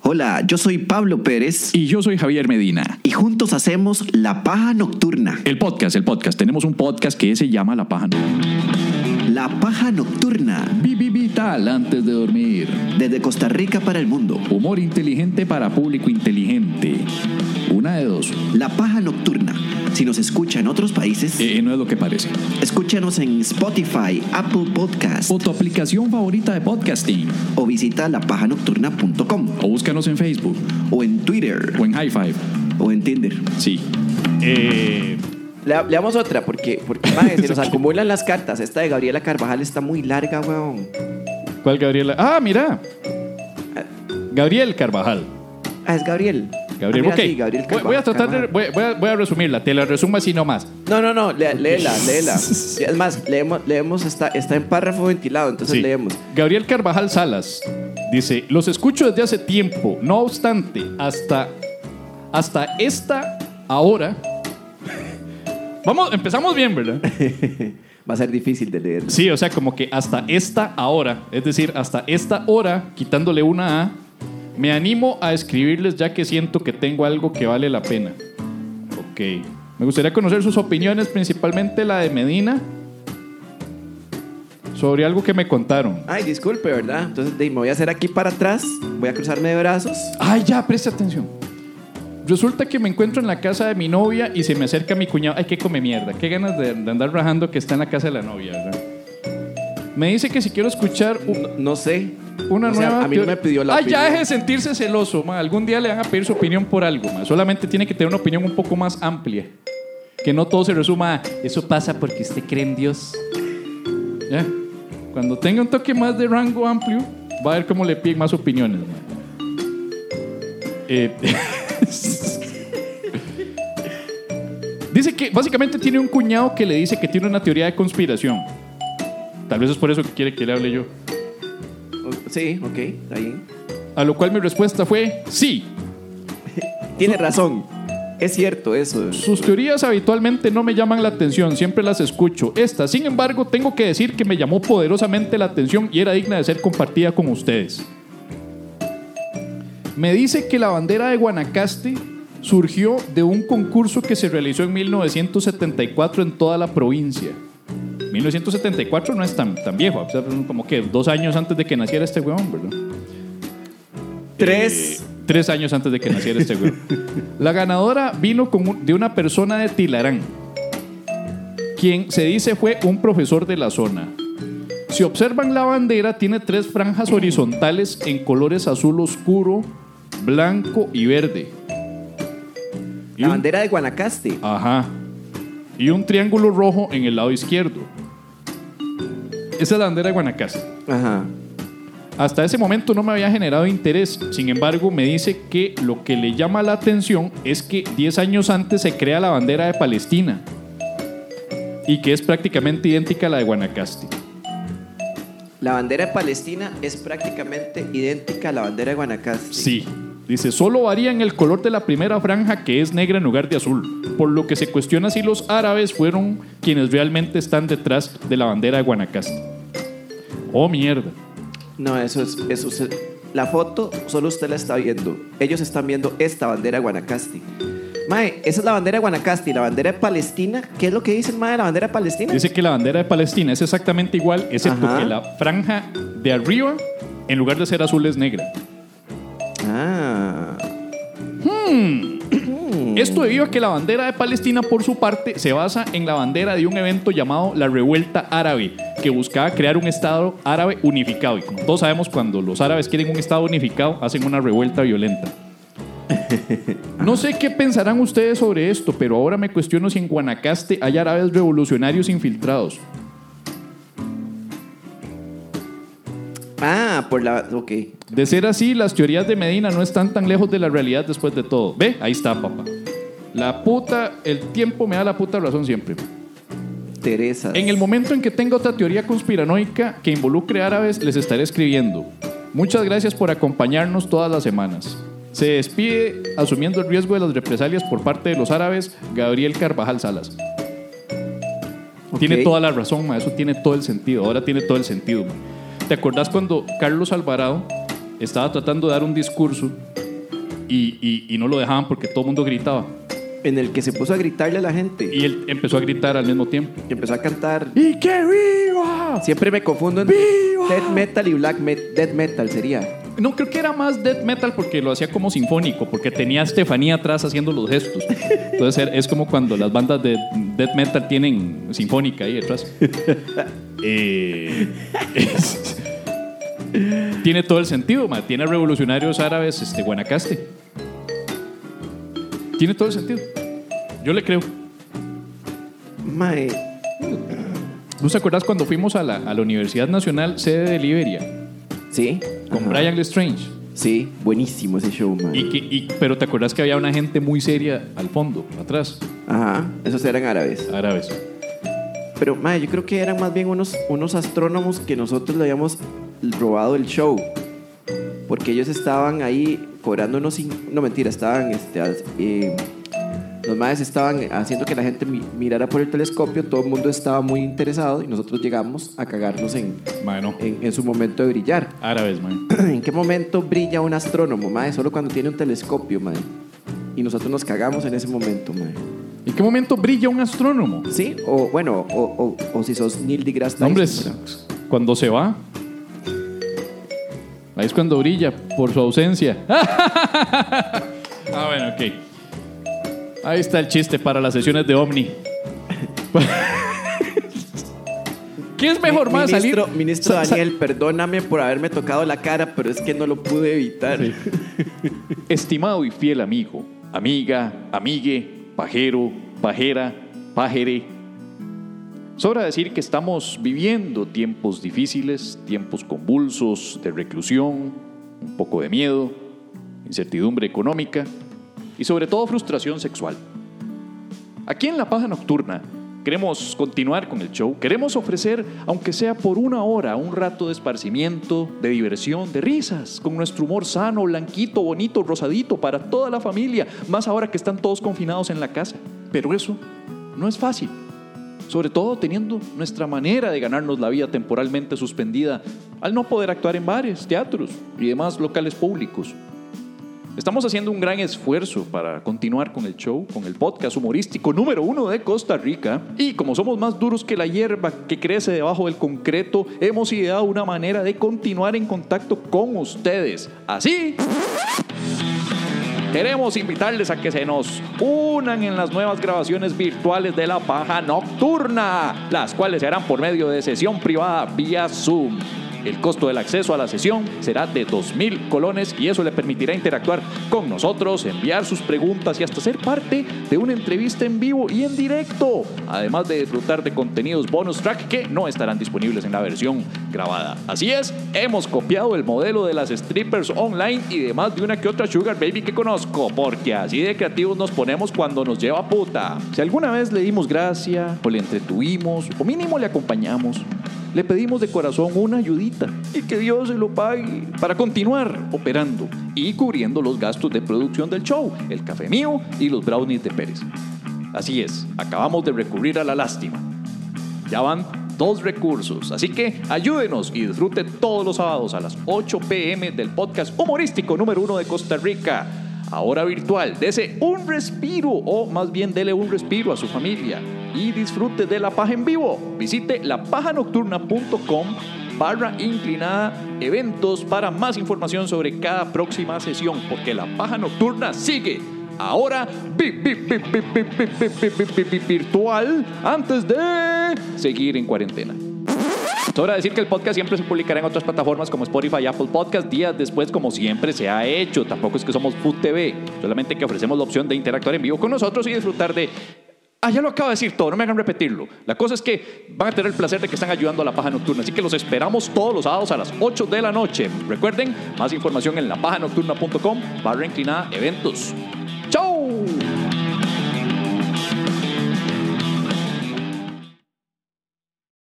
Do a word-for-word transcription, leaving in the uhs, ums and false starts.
Hola, yo soy Pablo Pérez. Y yo soy Javier Medina. Y juntos hacemos La Paja Nocturna. El podcast, el podcast. Tenemos un podcast que se llama La Paja Nocturna. La Paja Nocturna. Vivi vital antes de dormir. Desde Costa Rica para el mundo. Humor inteligente para público inteligente. Una de dos. La Paja Nocturna. Si nos escucha en otros países, eh, no es lo que parece. Escúchanos en Spotify, Apple Podcast o tu aplicación favorita de podcasting. O visita la paja nocturna punto com. O búscanos en Facebook. O en Twitter. O en High Five. O en Tinder. Sí. Eh... Le, le damos otra porque, porque madre, se nos acumulan las cartas. Esta de Gabriela Carvajal está muy larga, weón. ¿Cuál Gabriela? Ah, mira. Gabriel Carvajal. Ah, es Gabriel. Gabriel, ah, mira, ok. Sí, Gabriel voy, voy a tratar Carvajal. de. Voy, voy, a, voy a resumirla. Te la resumo así nomás. No, no, no. Le, léela, léela. Es más, leemos, leemos está, está en párrafo ventilado, entonces sí. leemos. Gabriel Carvajal Salas dice: los escucho desde hace tiempo. No obstante, hasta, hasta esta hora. Vamos, empezamos bien, ¿verdad? Va a ser difícil de leer. Sí, o sea, como que hasta esta hora, es decir, hasta esta hora, quitándole una A, me animo a escribirles ya que siento que tengo algo que vale la pena. Ok. Me gustaría conocer sus opiniones, principalmente la de Medina, sobre algo que me contaron. Ay, disculpe, ¿verdad? Entonces de, me voy a hacer aquí para atrás, voy a cruzarme de brazos. Ay, ya, preste atención. Resulta que me encuentro en la casa de mi novia y se me acerca mi cuñado. Ay, qué come mierda. Qué ganas de, de andar rajando que está en la casa de la novia, ¿verdad? Me dice que si quiero escuchar un, no, no sé. Una o sea, nueva a mí no me pidió la Ay, opinión. ya deje de sentirse celoso, ma. Algún día le van a pedir su opinión por algo, ma. Solamente tiene que tener una opinión un poco más amplia. Que no todo se resuma a eso pasa porque usted cree en Dios. Ya. Cuando tenga un toque más de rango amplio, va a ver cómo le piden más opiniones, ma. Eh... Dice que básicamente tiene un cuñado que le dice que tiene una teoría de conspiración. Tal vez es por eso que quiere que le hable yo. Sí, ok, está bien. A lo cual mi respuesta fue sí. Tiene razón. Es cierto eso. Sus teorías habitualmente no me llaman la atención, siempre las escucho. Esta, sin embargo, tengo que decir que me llamó poderosamente la atención y era digna de ser compartida con ustedes. Me dice que la bandera de Guanacaste surgió de un concurso que se realizó en mil novecientos setenta y cuatro en toda la provincia. mil novecientos setenta y cuatro no es tan, tan viejo, o sea, como que dos años antes de que naciera este weón, ¿verdad? Tres. Eh, tres años antes de que naciera este weón. La ganadora vino con un, de una persona de Tilarán, quien se dice fue un profesor de la zona. Si observan la bandera, tiene tres franjas horizontales en colores azul oscuro, blanco y verde. Y La un, bandera de Guanacaste. Ajá. Y un triángulo rojo en el lado izquierdo. Esa es la bandera de Guanacaste. Ajá. Hasta ese momento no me había generado interés. Sin embargo, me dice que lo que le llama la atención es que diez años antes se crea la bandera de Palestina y que es prácticamente idéntica a la de Guanacaste. La bandera de Palestina es prácticamente idéntica a la bandera de Guanacaste. Sí. Dice, solo varía en el color de la primera franja, que es negra en lugar de azul, por lo que se cuestiona si los árabes fueron quienes realmente están detrás de la bandera de Guanacaste. Oh, mierda. No, eso es... Eso es la foto solo usted la está viendo. Ellos están viendo esta bandera de Guanacaste. Mae, esa es la bandera de Guanacaste. Y la bandera de Palestina, ¿qué es lo que dicen, mae, de la bandera de Palestina? Dice que la bandera de Palestina es exactamente igual, excepto Ajá. que la franja de arriba, en lugar de ser azul, es negra. Ah. Hmm. Esto debido a que la bandera de Palestina, por su parte, se basa en la bandera de un evento llamado la Revuelta Árabe, que buscaba crear un estado árabe unificado. Y como todos sabemos, cuando los árabes quieren un estado unificado, hacen una revuelta violenta. No sé qué pensarán ustedes sobre esto, pero ahora me cuestiono si en Guanacaste hay árabes revolucionarios infiltrados. Ah, por la... Ok. De ser así, las teorías de Medina no están tan lejos de la realidad después de todo. ¿Ve? Ahí está, papá. La puta... El tiempo me da la puta razón siempre. Teresa. En el momento en que tenga otra teoría conspiranoica que involucre árabes, les estaré escribiendo. Muchas gracias por acompañarnos todas las semanas. Se despide, asumiendo el riesgo de las represalias por parte de los árabes, Gabriel Carvajal Salas. Okay. Tiene toda la razón, ma. Eso tiene todo el sentido. Ahora tiene todo el sentido, ma. ¿Te acordás cuando Carlos Alvarado estaba tratando de dar un discurso y, y, y no lo dejaban porque todo el mundo gritaba. En el que se puso a gritarle a la gente. Y él empezó a gritar al mismo tiempo. Y empezó a cantar. ¡Y que viva! Siempre me confundo en ¡Viva! death metal y black metal. Death metal sería. No, creo que era más death metal porque lo hacía como sinfónico, porque tenía a Estefanía atrás haciendo los gestos. Entonces es como cuando las bandas de death metal tienen sinfónica ahí detrás. eh, es, tiene todo el sentido, man. Tiene revolucionarios árabes, este, Guanacaste. Tiene todo el sentido. Yo le creo. Mae. ¿No te acuerdas cuando fuimos a la, a la Universidad Nacional, sede de Liberia? Sí. Con Ajá. Brian Lestrange. Sí, buenísimo ese show, mae. Y que, y, pero te acuerdas que había una gente muy seria al fondo, atrás. Ajá, esos eran árabes. Árabes. Pero, mae, yo creo que eran más bien unos, unos astrónomos que nosotros le habíamos robado el show. Porque ellos estaban ahí cobrando unos... No, mentira, estaban... Este, eh, los maes estaban haciendo que la gente mi- mirara por el telescopio. Todo el mundo estaba muy interesado y nosotros llegamos a cagarnos en, Bueno, en, en su momento de brillar. árabes, man. ¿En qué momento brilla un astrónomo, mae? Solo cuando tiene un telescopio, mae. Y nosotros nos cagamos en ese momento, mae. ¿En qué momento brilla un astrónomo? ¿Sí? O bueno, o, o, o si sos Neil deGrasse Tyson. No, hombre, es cuando se va. Ahí es cuando brilla, por su ausencia. Ah, bueno, ok. Ahí está el chiste para las sesiones de Omni. ¿Qué es mejor, más ministro, salir? Ministro sa- sa- Daniel, perdóname por haberme tocado la cara, pero es que no lo pude evitar. Sí. Estimado y fiel amigo, amiga, amigue, pajero, pajera, pajere. Sobra decir que estamos viviendo tiempos difíciles, tiempos convulsos de reclusión, un poco de miedo, incertidumbre económica y sobre todo frustración sexual. Aquí en La Paja Nocturna queremos continuar con el show, queremos ofrecer, aunque sea por una hora, un rato de esparcimiento, de diversión, de risas, con nuestro humor sano, blanquito, bonito, rosadito, para toda la familia, más ahora que están todos confinados en la casa. Pero eso no es fácil, sobre todo teniendo nuestra manera de ganarnos la vida temporalmente suspendida al no poder actuar en bares, teatros y demás locales públicos. Estamos haciendo un gran esfuerzo para continuar con el show, con el podcast humorístico número uno de Costa Rica. Y como somos más duros que la hierba que crece debajo del concreto, hemos ideado una manera de continuar en contacto con ustedes. Así, queremos invitarles a que se nos unan en las nuevas grabaciones virtuales de La Paja Nocturna, las cuales se harán por medio de sesión privada vía Zoom. El costo del acceso a la sesión será de dos mil colones y eso le permitirá interactuar con nosotros, enviar sus preguntas y hasta ser parte de una entrevista en vivo y en directo. Además de disfrutar de contenidos bonus track que no estarán disponibles en la versión grabada. Así es, hemos copiado el modelo de las strippers online y de más de una que otra sugar baby que conozco, porque así de creativos nos ponemos cuando nos lleva puta. Si alguna vez le dimos gracia o le entretuvimos o mínimo le acompañamos, le pedimos de corazón una ayudita y que Dios se lo pague para continuar operando y cubriendo los gastos de producción del show, el café mío y los brownies de Pérez. Así es, acabamos de recurrir a la lástima. Ya van dos recursos, así que ayúdenos y disfrute todos los sábados a las ocho pm del podcast humorístico número uno de Costa Rica. Ahora virtual, dese un respiro o más bien dele un respiro a su familia y disfrute de La Paja en vivo. Visite lapajanocturna.com barra inclinada eventos para más información sobre cada próxima sesión, porque La Paja Nocturna sigue ahora vi, vi, vi, vi, vi, vi, vi, vi, vi, vi, virtual antes de seguir en cuarentena. Sobra decir que el podcast siempre se publicará en otras plataformas como Spotify y Apple Podcast días después, como siempre se ha hecho. Tampoco es que somos Food T V, solamente que ofrecemos la opción de interactuar en vivo con nosotros y disfrutar de... Ah, ya lo acabo de decir todo, no me hagan repetirlo. La cosa es que van a tener el placer de que están ayudando a La Paja Nocturna, así que los esperamos todos los sábados a las ocho de la noche. Recuerden, más información en lapajanocturna.com barra inclinada eventos. ¡Chau!